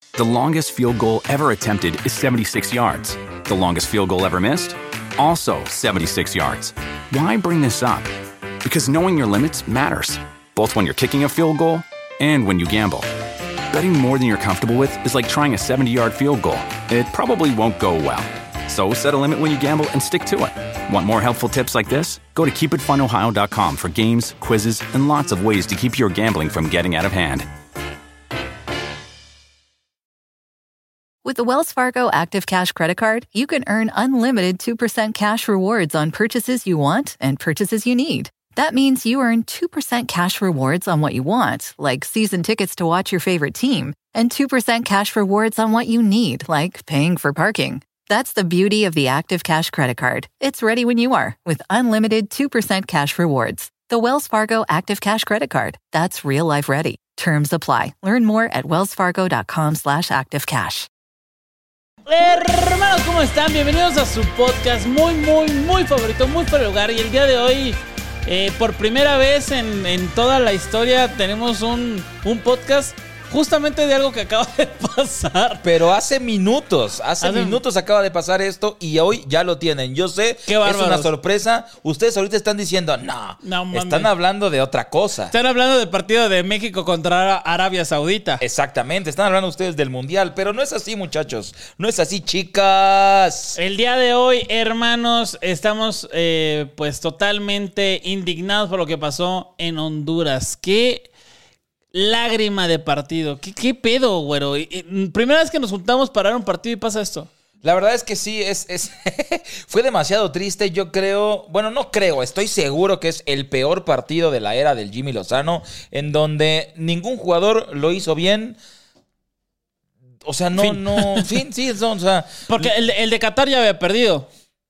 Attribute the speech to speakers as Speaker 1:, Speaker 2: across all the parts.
Speaker 1: The longest field goal ever attempted is 76 yards. The longest field goal ever missed? Also 76 yards. Why bring this up? Because knowing your limits matters, both when you're kicking a field goal and when you gamble. Betting more than you're comfortable with is like trying a 70-yard field goal. It probably won't go well. So set a limit when you gamble and stick to it. Want more helpful tips like this? Go to keepitfunohio.com for games, quizzes, and lots of ways to keep your gambling from getting out of hand.
Speaker 2: With the Wells Fargo Active Cash Credit Card, you can earn unlimited 2% cash rewards on purchases you want and purchases you need. That means you earn 2% cash rewards on what you want, like season tickets to watch your favorite team, and 2% cash rewards on what you need, like paying for parking. That's the beauty of the Active Cash Credit Card. It's ready when you are, with unlimited 2% cash rewards. The Wells Fargo Active Cash Credit Card. That's real life ready. Terms apply. Learn more at wellsfargo.com/activecash.
Speaker 3: Hermanos, ¿cómo están? Bienvenidos a su podcast muy favorito, muy fuera de lugar. Y el día de hoy, por primera vez en toda la historia, tenemos un podcast justamente de algo que acaba de pasar.
Speaker 4: Pero hace minutos acaba de pasar esto y hoy ya lo tienen. Yo sé,
Speaker 3: qué bárbaros.
Speaker 4: Es una sorpresa. Ustedes ahorita están diciendo, no están hablando de otra cosa.
Speaker 3: Están hablando del partido de México contra Arabia Saudita.
Speaker 4: Exactamente, están hablando ustedes del Mundial, pero no es así, muchachos. No es así, chicas.
Speaker 3: El día de hoy, hermanos, estamos pues totalmente indignados por lo que pasó en Honduras. ¿Qué lágrima de partido? ¿Qué pedo, güero? Primera vez que nos juntamos para ver un partido y pasa esto.
Speaker 4: La verdad es que sí, fue demasiado triste. Yo creo, estoy seguro que es el peor partido de la era del Jimmy Lozano, en donde ningún jugador lo hizo bien. O sea,
Speaker 3: porque el de Qatar ya había perdido.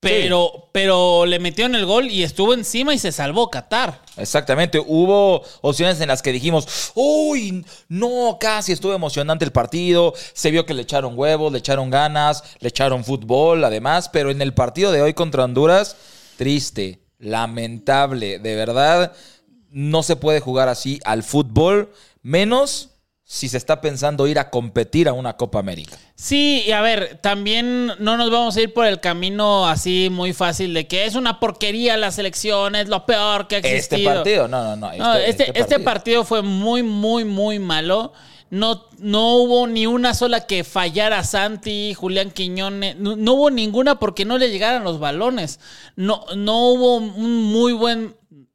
Speaker 3: Pero le metieron el gol y estuvo encima y se salvó Qatar.
Speaker 4: Exactamente, hubo opciones en las que dijimos, uy, no, casi estuvo emocionante el partido, se vio que le echaron huevos, le echaron ganas, le echaron fútbol además, pero en el partido de hoy contra Honduras, triste, lamentable, de verdad, no se puede jugar así al fútbol, menos si se está pensando ir a competir a una Copa América.
Speaker 3: Sí, y a ver, también no nos vamos a ir por el camino así muy fácil de que es una porquería la selección, es lo peor que ha existido.
Speaker 4: Este partido, no.
Speaker 3: Este partido fue muy malo. No hubo ni una sola que fallara Santi, Julián Quiñones. No hubo ninguna porque no le llegaran los balones. No hubo un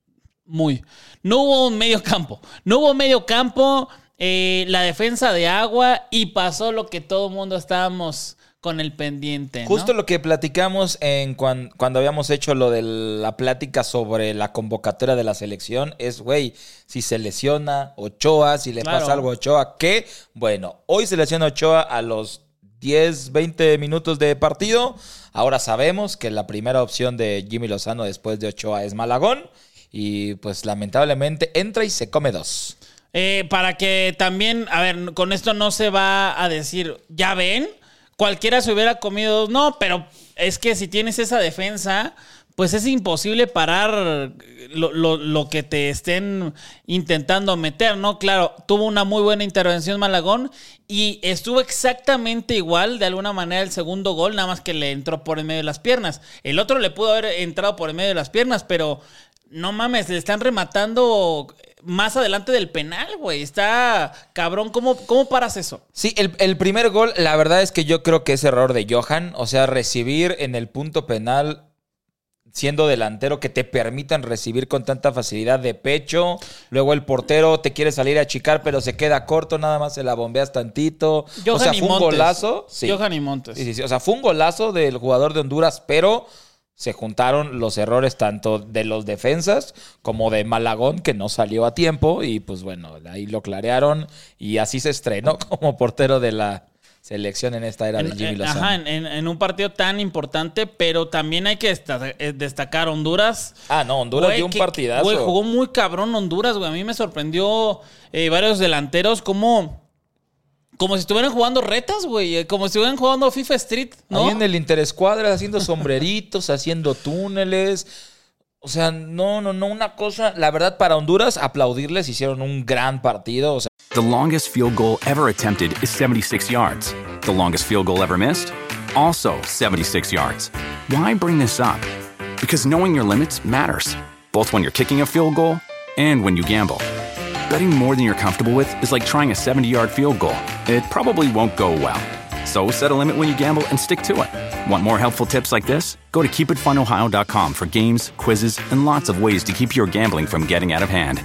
Speaker 3: No hubo un medio campo. No hubo medio campo. La defensa de Agua y pasó lo que todo el mundo estábamos con el pendiente, ¿no?
Speaker 4: Justo lo que platicamos cuando habíamos hecho lo de la plática sobre la convocatoria de la selección es, si se lesiona Ochoa, si le pasa algo a Ochoa, ¿qué? Bueno, hoy se lesiona Ochoa a los 10, 20 minutos de partido. Ahora sabemos que la primera opción de Jimmy Lozano después de Ochoa es Malagón y pues lamentablemente entra y se come 2.
Speaker 3: Para que también, a ver, con esto no se va a decir, ya ven, cualquiera se hubiera comido 2. No, pero es que si tienes esa defensa, pues es imposible parar lo que te estén intentando meter, ¿no? Claro, tuvo una muy buena intervención Malagón y estuvo exactamente igual de alguna manera el segundo gol, nada más que le entró por en medio de las piernas. El otro le pudo haber entrado por en medio de las piernas, pero no mames, le están rematando más adelante del penal, güey. Está cabrón. ¿Cómo paras eso?
Speaker 4: Sí, el primer gol, la verdad es que yo creo que es error de Johan. O sea, recibir en el punto penal, siendo delantero, que te permitan recibir con tanta facilidad de pecho. Luego el portero te quiere salir a achicar, pero se queda corto, nada más se la bombeas tantito.
Speaker 3: Johan
Speaker 4: fue un golazo. Sí.
Speaker 3: Johan y Montes.
Speaker 4: Sí. O sea, fue un golazo del jugador de Honduras, pero se juntaron los errores tanto de los defensas como de Malagón, que no salió a tiempo, y pues bueno, ahí lo clarearon y así se estrenó como portero de la selección en esta era de Jimmy Lozano.
Speaker 3: Ajá, en un partido tan importante, pero también hay que destacar Honduras.
Speaker 4: Honduras dio un partidazo.
Speaker 3: Güey, jugó muy cabrón Honduras, güey. A mí me sorprendió varios delanteros como si estuvieran jugando retas, güey. Como si estuvieran jugando FIFA Street, ¿no?
Speaker 4: Ahí en el Interescuadras haciendo sombreritos, haciendo túneles. O sea, no, una cosa... La verdad, para Honduras, aplaudirles, hicieron un gran partido. O sea,
Speaker 1: The longest field goal ever attempted is 76 yards. The longest field goal ever missed? Also 76 yards. Why bring this up? Because knowing your limits matters, both when you're kicking a field goal and when you gamble. Betting more than you're comfortable with is like trying a 70-yard field goal. It probably won't go well. So set a limit when you gamble and stick to it. Want more helpful tips like this? Go to keepitfunohio.com for games, quizzes, and lots of ways to keep your gambling from getting out of hand.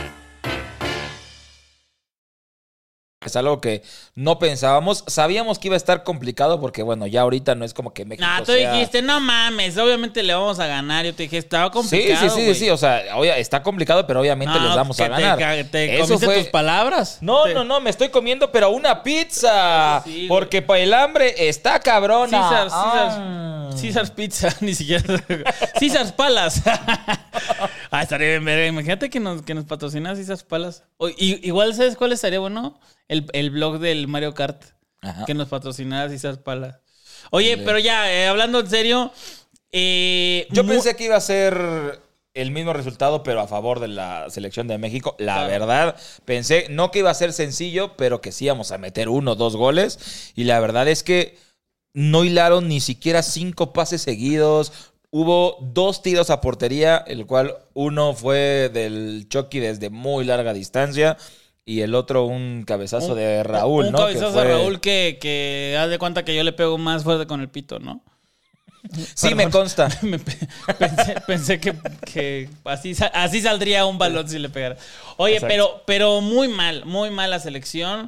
Speaker 4: Es algo que no pensábamos. Sabíamos que iba a estar complicado porque, bueno, ya ahorita no es como que México
Speaker 3: tú dijiste, no mames, obviamente le vamos a ganar. Yo te dije, estaba complicado,
Speaker 4: Sí. O sea, está complicado, pero obviamente les vamos a ganar.
Speaker 3: ¿Te comiste tus palabras?
Speaker 4: No, me estoy comiendo, pero una pizza. Sí, porque para el hambre está cabrona.
Speaker 3: Caesar's Pizza, ni siquiera. Caesar's Palace. Estaría bien verga. Imagínate que nos patrocina Caesar's Palace. Igual, ¿sabes cuál estaría bueno? El blog del Mario Kart. Ajá. Que nos patrocinara Caesar's Palace. Oye, pero ya, hablando en serio.
Speaker 4: Yo pensé que iba a ser el mismo resultado, pero a favor de la selección de México. La verdad, pensé no que iba a ser sencillo, pero que sí íbamos a meter 1 o 2 goles. Y la verdad es que no hilaron ni siquiera 5 pases seguidos. Hubo 2 tiros a portería, el cual uno fue del Chucky desde muy larga distancia y el otro un cabezazo de Raúl,
Speaker 3: un
Speaker 4: ¿no?
Speaker 3: Cabezazo de Raúl que haz de cuenta que yo le pego más fuerte con el pito, ¿no?
Speaker 4: Sí, perdón, me consta.
Speaker 3: Pensé que así saldría un balón si le pegara. Oye, pero muy mal la selección.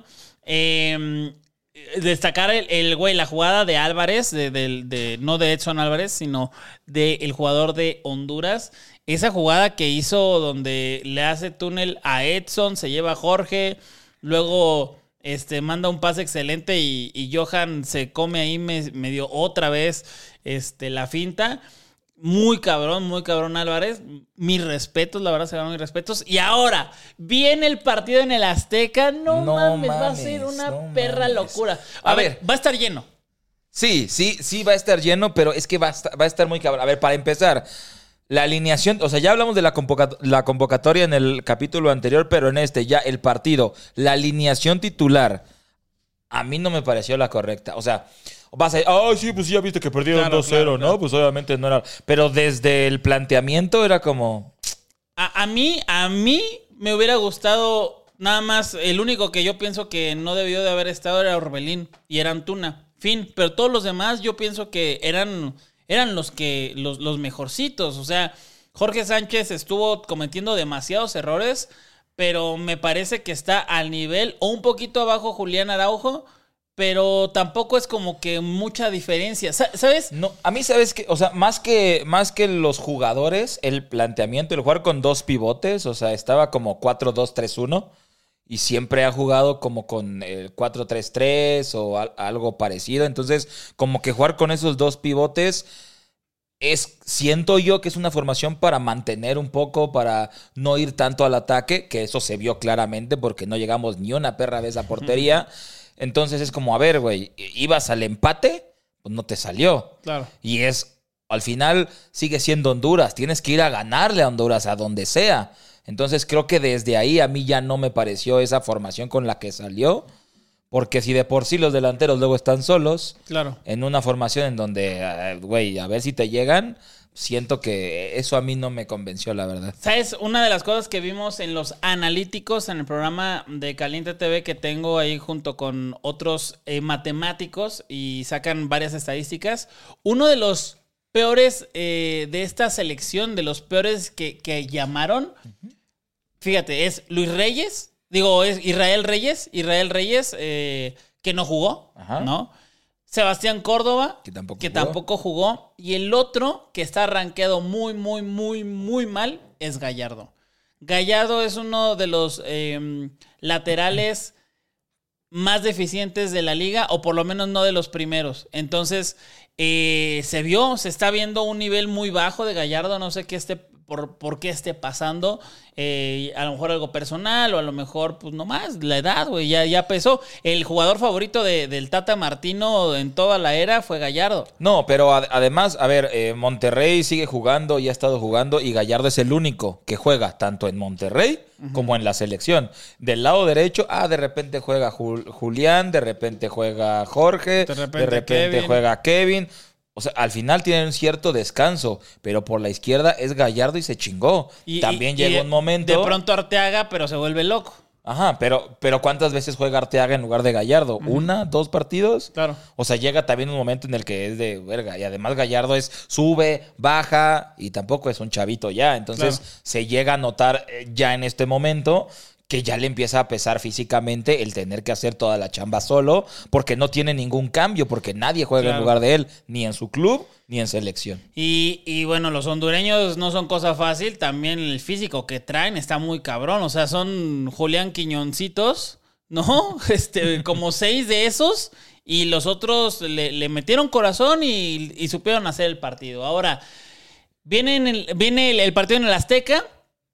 Speaker 3: Destacar la jugada de Álvarez, no de Edson Álvarez, sino del jugador de Honduras. Esa jugada que hizo donde le hace túnel a Edson, se lleva a Jorge, luego manda un pase excelente y Johan se come ahí medio otra vez la finta. Muy cabrón Álvarez. Mis respetos, la verdad se ganó mis respetos. Y ahora viene el partido en el Azteca. No mames, va a ser una perra locura. A ver, va a estar lleno.
Speaker 4: Sí, va a estar lleno, pero es que va a estar muy cabrón. A ver, para empezar, la alineación, o sea, ya hablamos de la convocatoria en el capítulo anterior, pero en ya el partido, la alineación titular, a mí no me pareció la correcta. O sea, vas a decir, sí, pues ya viste que perdieron 2-0, claro. ¿No? Pues obviamente no era. Pero desde el planteamiento era como.
Speaker 3: A mí me hubiera gustado nada más. El único que yo pienso que no debió de haber estado era Orbelín y era Antuna. Fin. Pero todos los demás yo pienso que eran los mejorcitos. O sea, Jorge Sánchez estuvo cometiendo demasiados errores, pero me parece que está al nivel o un poquito abajo Julián Araujo. Pero tampoco es como que mucha diferencia, ¿sabes?
Speaker 4: No, a mí, ¿sabes qué? O sea, más que los jugadores, el planteamiento, el jugar con 2 pivotes, o sea, estaba como 4-2-3-1 y siempre ha jugado como con el 4-3-3 o algo parecido. Entonces, como que jugar con esos 2 pivotes siento yo que es una formación para mantener un poco, para no ir tanto al ataque, que eso se vio claramente porque no llegamos ni una perra vez a portería. Entonces es como, a ver, güey, ibas al empate, pues no te salió.
Speaker 3: Claro.
Speaker 4: Y al final sigue siendo Honduras. Tienes que ir a ganarle a Honduras a donde sea. Entonces creo que desde ahí a mí ya no me pareció esa formación con la que salió. Porque si de por sí los delanteros luego están solos,
Speaker 3: claro,
Speaker 4: en una formación en donde, güey, a ver si te llegan, siento que eso a mí no me convenció, la verdad.
Speaker 3: ¿Sabes? Una de las cosas que vimos en los analíticos en el programa de Caliente TV que tengo ahí junto con otros matemáticos y sacan varias estadísticas. Uno de los peores de esta selección, de los peores que llamaron, fíjate, es Luis Reyes. Es Israel Reyes, que no jugó, ajá, ¿no? Sebastián Córdoba, que tampoco jugó. Y el otro que está rankeado muy, muy, muy, muy mal es Gallardo. Gallardo es uno de los laterales más deficientes de la liga, o por lo menos no de los primeros. Entonces, se está viendo un nivel muy bajo de Gallardo. No sé qué esté por qué esté pasando. A lo mejor algo personal o a lo mejor, pues nomás, la edad, güey, ya pesó. El jugador favorito del Tata Martino en toda la era fue Gallardo.
Speaker 4: No, pero además, a ver, Monterrey sigue jugando y ha estado jugando y Gallardo es el único que juega tanto en Monterrey como en la selección. Del lado derecho, de repente juega Julián, de repente juega Jorge, de repente juega Kevin. O sea, al final tienen un cierto descanso, pero por la izquierda es Gallardo y se chingó. También llega un momento...
Speaker 3: De pronto Arteaga, pero se vuelve loco.
Speaker 4: Ajá, pero ¿cuántas veces juega Arteaga en lugar de Gallardo? ¿1, 2 partidos?
Speaker 3: Claro.
Speaker 4: O sea, llega también un momento en el que es de verga. Y además Gallardo sube, baja y tampoco es un chavito ya. Entonces se llega a notar ya en este momento que ya le empieza a pesar físicamente el tener que hacer toda la chamba solo, porque no tiene ningún cambio, porque nadie juega en lugar de él, ni en su club, ni en selección.
Speaker 3: Y bueno, los hondureños no son cosa fácil, también el físico que traen está muy cabrón, o sea, son Julián Quiñoncitos, ¿no? Como 6 de esos, y los otros le metieron corazón y supieron hacer el partido. Ahora, viene el partido en el Azteca.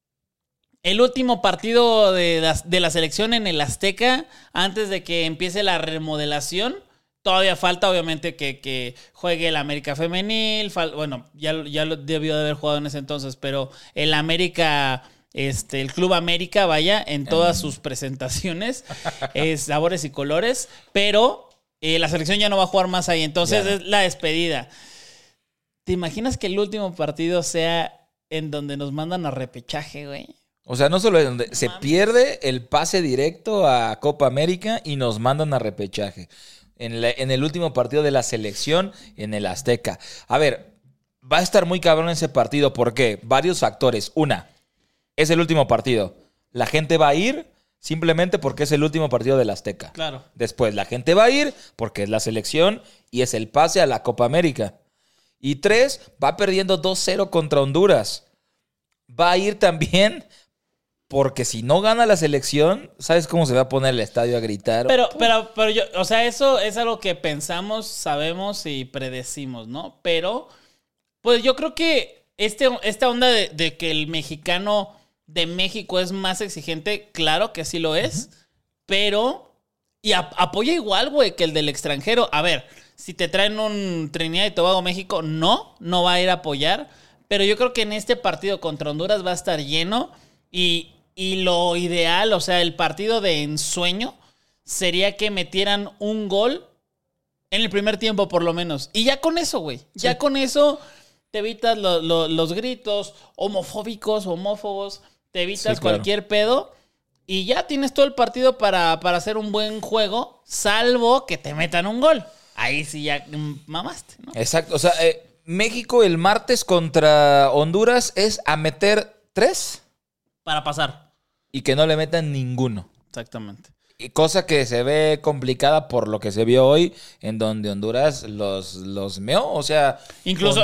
Speaker 3: El último partido de la selección en el Azteca, antes de que empiece la remodelación, todavía falta, obviamente, que juegue el América Femenil. Bueno, ya lo debió de haber jugado en ese entonces, pero el América, el Club América, vaya, en todas sus presentaciones, sabores y colores, pero la selección ya no va a jugar más ahí, entonces es la despedida. ¿Te imaginas que el último partido sea en donde nos mandan a repechaje, güey?
Speaker 4: O sea, no solo es donde se pierde el pase directo a Copa América y nos mandan a repechaje. En el último partido de la selección en el Azteca. A ver, va a estar muy cabrón ese partido. ¿Por qué? Varios factores. Una, es el último partido. La gente va a ir simplemente porque es el último partido del Azteca.
Speaker 3: Claro.
Speaker 4: Después, la gente va a ir porque es la selección y es el pase a la Copa América. Y 3, va perdiendo 2-0 contra Honduras. Va a ir también... Porque si no gana la selección, ¿sabes cómo se va a poner el estadio a gritar?
Speaker 3: Pero yo, o sea, eso es algo que pensamos, sabemos y predecimos, ¿no? Pero, pues yo creo que esta onda de que el mexicano de México es más exigente, claro que sí lo es, pero... Y apoya igual, güey, que el del extranjero. A ver, si te traen un Trinidad y Tobago México, no va a ir a apoyar. Pero yo creo que en este partido contra Honduras va a estar lleno y lo ideal, o sea, el partido de ensueño sería que metieran un gol en el primer tiempo por lo menos. Y ya con eso, güey. Sí. Ya con eso te evitas los gritos homófobos, te evitas cualquier pedo y ya tienes todo el partido para hacer un buen juego, salvo que te metan un gol. Ahí sí ya mamaste, ¿no?
Speaker 4: Exacto. O sea, México el martes contra Honduras es a meter 3
Speaker 3: para pasar.
Speaker 4: Y que no le metan ninguno.
Speaker 3: Exactamente.
Speaker 4: Y cosa que se ve complicada por lo que se vio hoy, en donde Honduras los meó. O sea,
Speaker 3: incluso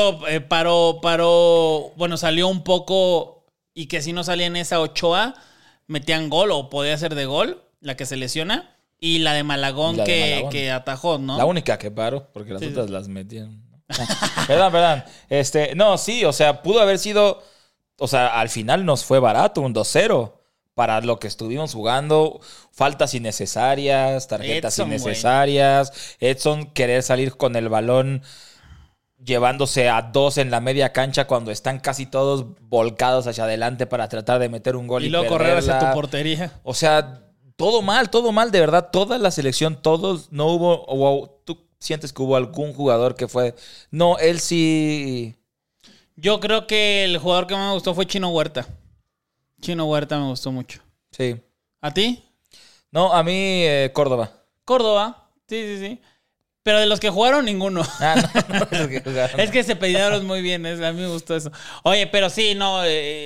Speaker 3: paró, bueno, salió un poco y que si no salía en esa Ochoa, metían gol o podía ser de gol, la que se lesiona, y la de Malagón, que atajó, ¿no?
Speaker 4: La única que paró, porque las otras las metían. Perdón. No, sí, o sea, pudo haber sido... O sea, al final nos fue barato, un 2-0. Para lo que estuvimos jugando, faltas innecesarias, tarjetas innecesarias. Edson querer salir con el balón llevándose a 2 en la media cancha cuando están casi todos volcados hacia adelante para tratar de meter un gol y
Speaker 3: luego correr hacia tu portería.
Speaker 4: O sea, todo mal, de verdad. Toda la selección, todos, no hubo... ¿Tú sientes que hubo algún jugador que fue... No, él sí...
Speaker 3: Yo creo que el jugador que más me gustó fue Chino Huerta. Chino Huerta me gustó mucho.
Speaker 4: Sí.
Speaker 3: ¿A ti?
Speaker 4: No, a mí Córdoba.
Speaker 3: Córdoba, sí. Pero de los que jugaron, ninguno.
Speaker 4: No, de los que jugaron.
Speaker 3: Es que se pelearon muy bien, a mí me gustó eso. Oye, pero sí, no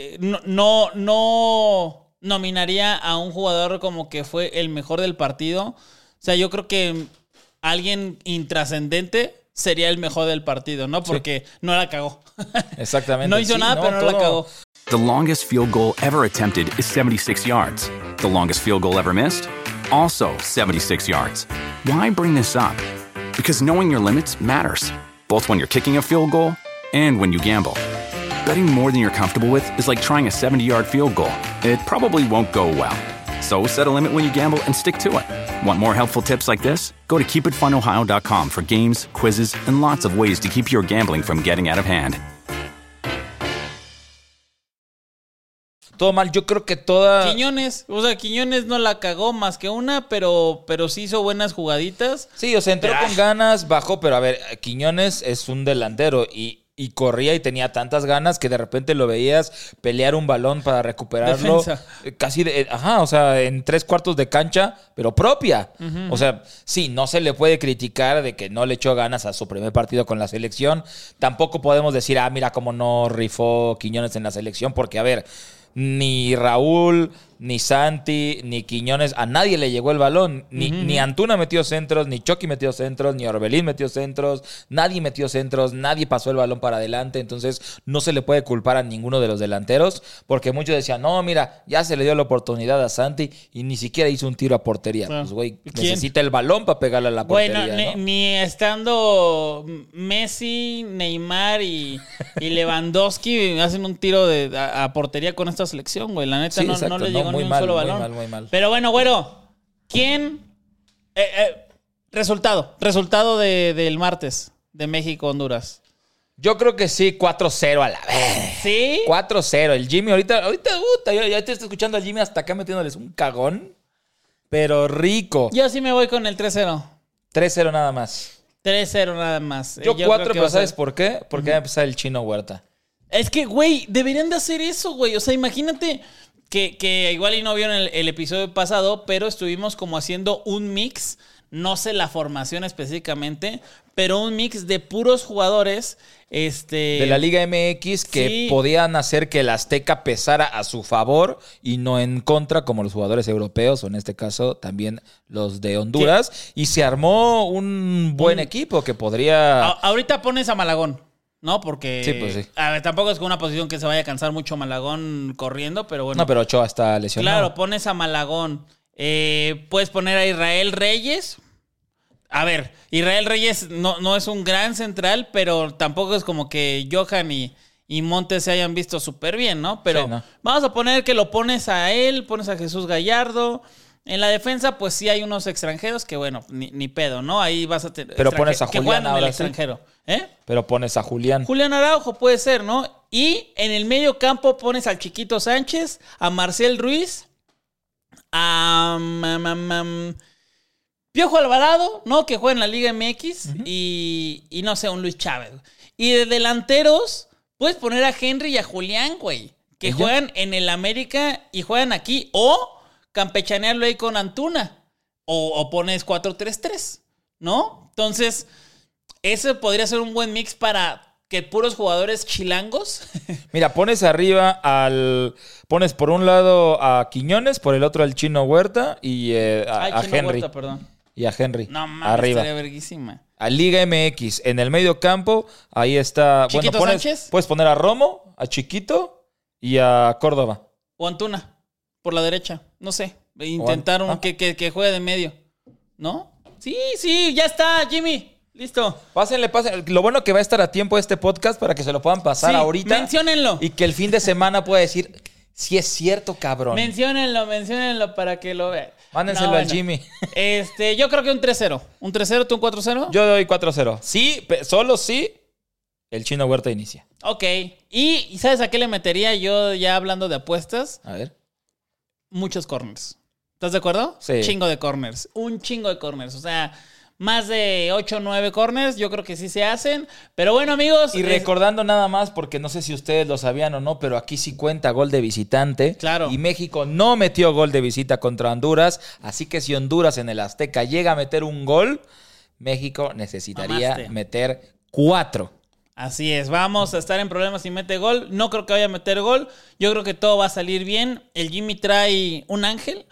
Speaker 3: nominaría a un jugador como que fue el mejor del partido. O sea, yo creo que alguien intrascendente sería el mejor del partido, ¿no? Porque no la cagó.
Speaker 4: Exactamente.
Speaker 3: No hizo nada, pero no la cagó.
Speaker 1: The longest field goal ever attempted is 76 yards. The longest field goal ever missed? Also 76 yards. Why bring this up? Because knowing your limits matters, both when you're kicking a field goal and when you gamble. Betting more than you're comfortable with is like trying a 70-yard field goal. It probably won't go well. So set a limit when you gamble and stick to it. Want more helpful tips like this? Go to keepitfunohio.com for games, quizzes, and lots of ways to keep your gambling from getting out of hand.
Speaker 4: Todo mal, yo creo que toda...
Speaker 3: Quiñones no la cagó más que una, pero sí hizo buenas jugaditas.
Speaker 4: Sí, o sea, entró con ganas, bajó, pero a ver, Quiñones es un delantero y corría y tenía tantas ganas que de repente lo veías pelear un balón para recuperarlo.
Speaker 3: Defensa.
Speaker 4: Casi, o sea, en 3/4 de cancha, pero propia. Uh-huh. O sea, sí, no se le puede criticar de que no le echó ganas a su primer partido con la selección. Tampoco podemos decir, mira cómo no rifó Quiñones en la selección, porque, a ver... Ni Raúl, ni Santi, ni Quiñones, a nadie le llegó el balón. Ni Antuna metió centros, ni Chucky metió centros, ni Orbelín metió centros. Nadie metió centros, nadie pasó el balón para adelante. Entonces no se le puede culpar a ninguno de los delanteros, porque muchos decían, no, mira, ya se le dio la oportunidad a Santi y ni siquiera hizo un tiro a portería. Pues, güey, necesita el balón para pegarle a la portería.
Speaker 3: Bueno,
Speaker 4: ¿no?
Speaker 3: ni estando Messi, Neymar y Lewandowski hacen un tiro a portería con esta selección, güey. La neta,
Speaker 4: sí,
Speaker 3: no le llegó ni un solo balón.
Speaker 4: Muy mal.
Speaker 3: Pero bueno, güero, ¿quién? Resultado del martes de México-Honduras.
Speaker 4: Yo creo que sí, 4-0 a la vez.
Speaker 3: ¿Sí?
Speaker 4: 4-0. El Jimmy ahorita ya te estoy escuchando al Jimmy hasta acá metiéndoles un cagón, pero rico.
Speaker 3: Yo sí me voy con el 3-0.
Speaker 4: 3-0 nada más.
Speaker 3: 3-0 nada más.
Speaker 4: Yo 4, pero ¿sabes por qué? Porque va a empezar el Chino Huerta.
Speaker 3: Es que, güey, deberían de hacer eso, güey. O sea, imagínate que igual y no vieron el episodio pasado, pero estuvimos como haciendo un mix, no sé la formación específicamente, pero un mix de puros jugadores
Speaker 4: de la Liga MX que sí podían hacer que el Azteca pesara a su favor y no en contra, como los jugadores europeos, o en este caso también los de Honduras. ¿Qué? Y se armó un buen equipo que podría...
Speaker 3: Ahorita pones a Malagón, ¿no? Porque
Speaker 4: sí, pues sí.
Speaker 3: A ver, tampoco es con una posición que se vaya a cansar mucho Malagón corriendo, pero bueno.
Speaker 4: No, pero Ochoa está lesionado.
Speaker 3: Claro, pones a Malagón. Puedes poner a Israel Reyes. A ver, Israel Reyes no es un gran central, pero tampoco es como que Johan y Montes se hayan visto súper bien, ¿no? Pero sí, ¿no? Vamos a poner que lo pones a él, pones a Jesús Gallardo. En la defensa, pues sí hay unos extranjeros que, bueno, ni pedo, ¿no? Ahí vas a tener...
Speaker 4: Pero pones a Julián ahora,
Speaker 3: el extranjero. ¿Eh?
Speaker 4: Pero pones a Julián.
Speaker 3: Julián Araujo puede ser, ¿no? Y en el medio campo pones al Chiquito Sánchez, a Marcel Ruiz, a... Piojo Alvarado, ¿no? Que juega en la Liga MX. Uh-huh. Y no sé, un Luis Chávez. Y de delanteros, puedes poner a Henry y a Julián, güey. Que juegan en el América y juegan aquí. O campechanearlo ahí con Antuna. O pones 4-3-3, ¿no? Entonces, ese podría ser un buen mix para que puros jugadores chilangos.
Speaker 4: Mira, pones arriba pones por un lado a Quiñones, por el otro al Chino Huerta y a Henry. Huerta,
Speaker 3: perdón.
Speaker 4: Y a Henry.
Speaker 3: No mames,
Speaker 4: arriba.
Speaker 3: Estaría verguísima.
Speaker 4: A Liga MX. En el medio campo, ahí está...
Speaker 3: ¿Chiquito Sánchez?
Speaker 4: Puedes poner a Romo, a Chiquito y a Córdoba.
Speaker 3: O Antuna, por la derecha. No sé. Intentaron que juegue de medio. ¿No? Sí, ya está, Jimmy. Listo.
Speaker 4: Pásenle. Lo bueno que va a estar a tiempo este podcast para que se lo puedan pasar ahorita.
Speaker 3: Menciónenlo.
Speaker 4: Y que el fin de semana pueda decir, sí es cierto, cabrón.
Speaker 3: Menciónenlo para que lo vean.
Speaker 4: Mándenselo al Jimmy.
Speaker 3: Yo creo que un 3-0. ¿Un 3-0, tú un 4-0?
Speaker 4: Yo doy 4-0. Sí, solo sí, el Chino Huerta inicia.
Speaker 3: Ok. ¿Y sabes a qué le metería yo ya hablando de apuestas?
Speaker 4: A ver.
Speaker 3: Muchos corners. ¿Estás de acuerdo?
Speaker 4: Sí.
Speaker 3: Chingo de corners. Un chingo de corners. O sea, más de 8 o 9 corners. Yo creo que sí se hacen. Pero bueno, amigos.
Speaker 4: Y recordando nada más, porque no sé si ustedes lo sabían o no, pero aquí sí cuenta gol de visitante.
Speaker 3: Claro.
Speaker 4: Y México no metió gol de visita contra Honduras. Así que si Honduras en el Azteca llega a meter un gol, México necesitaría meter 4.
Speaker 3: Así es, vamos a estar en problemas si mete gol. No creo que vaya a meter gol. Yo creo que todo va a salir bien. El Jimmy trae un ángel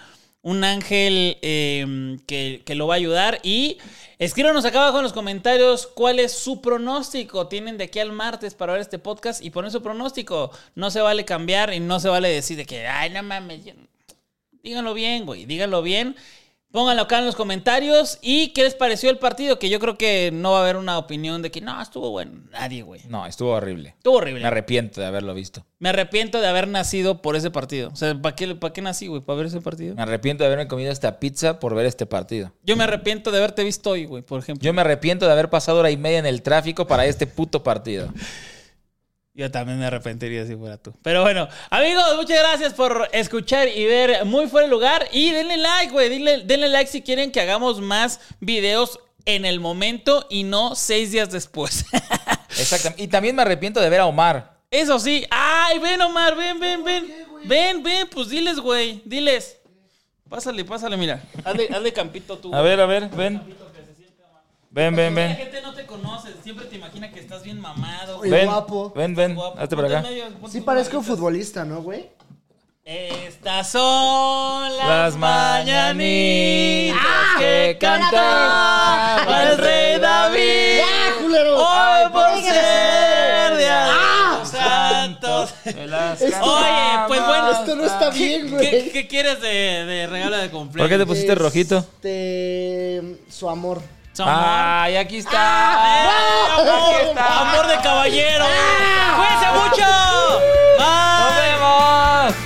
Speaker 3: que lo va a ayudar. Y escríbanos acá abajo en los comentarios cuál es su pronóstico. Tienen de aquí al martes para ver este podcast y poner su pronóstico. No se vale cambiar y no se vale decir de que, ay, no mames. Díganlo bien, güey, díganlo bien. Pónganlo acá en los comentarios. ¿Y qué les pareció el partido? Que yo creo que no va a haber una opinión de que no, estuvo bueno. Nadie, güey.
Speaker 4: No, estuvo horrible.
Speaker 3: Estuvo horrible.
Speaker 4: Me arrepiento de haberlo visto.
Speaker 3: Me arrepiento de haber nacido por ese partido. O sea, ¿para qué nací, güey? ¿Para ver ese partido?
Speaker 4: Me arrepiento de haberme comido esta pizza por ver este partido.
Speaker 3: Yo me arrepiento de haberte visto hoy, güey, por ejemplo.
Speaker 4: Yo me arrepiento de haber pasado 1 hora y media en el tráfico para este puto partido.
Speaker 3: Yo también me arrepentiría si fuera tú. Pero bueno, amigos, muchas gracias por escuchar y ver Muy Fuera de Lugar. Y denle like, güey. Denle like si quieren que hagamos más videos en el momento y no 6 días después.
Speaker 4: Exactamente. Y también me arrepiento de ver a Omar.
Speaker 3: Eso sí. Ay, ven, Omar, ven. Ven, pues diles, güey. Diles. Pásale, mira. Hazle campito tú.
Speaker 4: A ver, ven. Ven.
Speaker 3: La gente no te conoce, siempre te imagina que estás bien mamado.
Speaker 5: Muy guapo.
Speaker 4: Ven,
Speaker 3: Guapo.
Speaker 4: hazte para acá.
Speaker 5: Sí parezco un futbolista, ¿no, güey?
Speaker 3: Estas son las mañanitas que cantaba el rey David.
Speaker 5: ¡Ya, culero!
Speaker 3: Hoy por ser día de los santos. Oye, pues bueno.
Speaker 5: Esto no está bien, güey.
Speaker 3: ¿Qué quieres de regalo de cumpleaños?
Speaker 4: ¿Por qué te pusiste rojito?
Speaker 5: Su amor.
Speaker 4: ¡Ay, aquí está!
Speaker 3: Aquí está. Amor de caballero. ¡Cuídense mucho!
Speaker 4: ¡Nos vemos!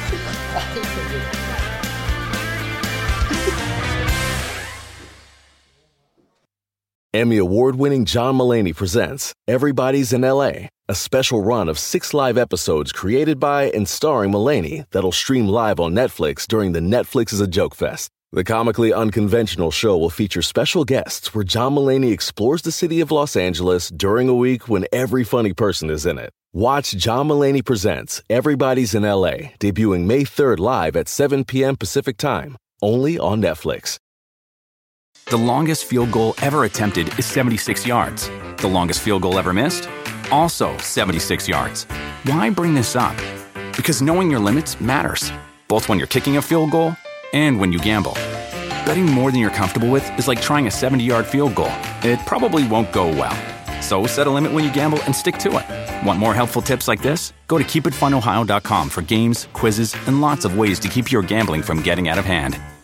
Speaker 6: Emmy award-winning John Mulaney presents Everybody's in LA, a special run of 6 live episodes created by and starring Mulaney that'll stream live on Netflix during the Netflix is a Joke Fest. The comically unconventional show will feature special guests where John Mulaney explores the city of Los Angeles during a week when every funny person is in it. Watch John Mulaney Presents Everybody's in LA, debuting May 3rd live at 7 p.m. Pacific Time, only on Netflix.
Speaker 1: The longest field goal ever attempted is 76 yards. The longest field goal ever missed? Also 76 yards. Why bring this up? Because knowing your limits matters, both when you're kicking a field goal and when you gamble. Betting more than you're comfortable with is like trying a 70-yard field goal. It probably won't go well. So set a limit when you gamble and stick to it. Want more helpful tips like this? Go to keepitfunohio.com for games, quizzes, and lots of ways to keep your gambling from getting out of hand.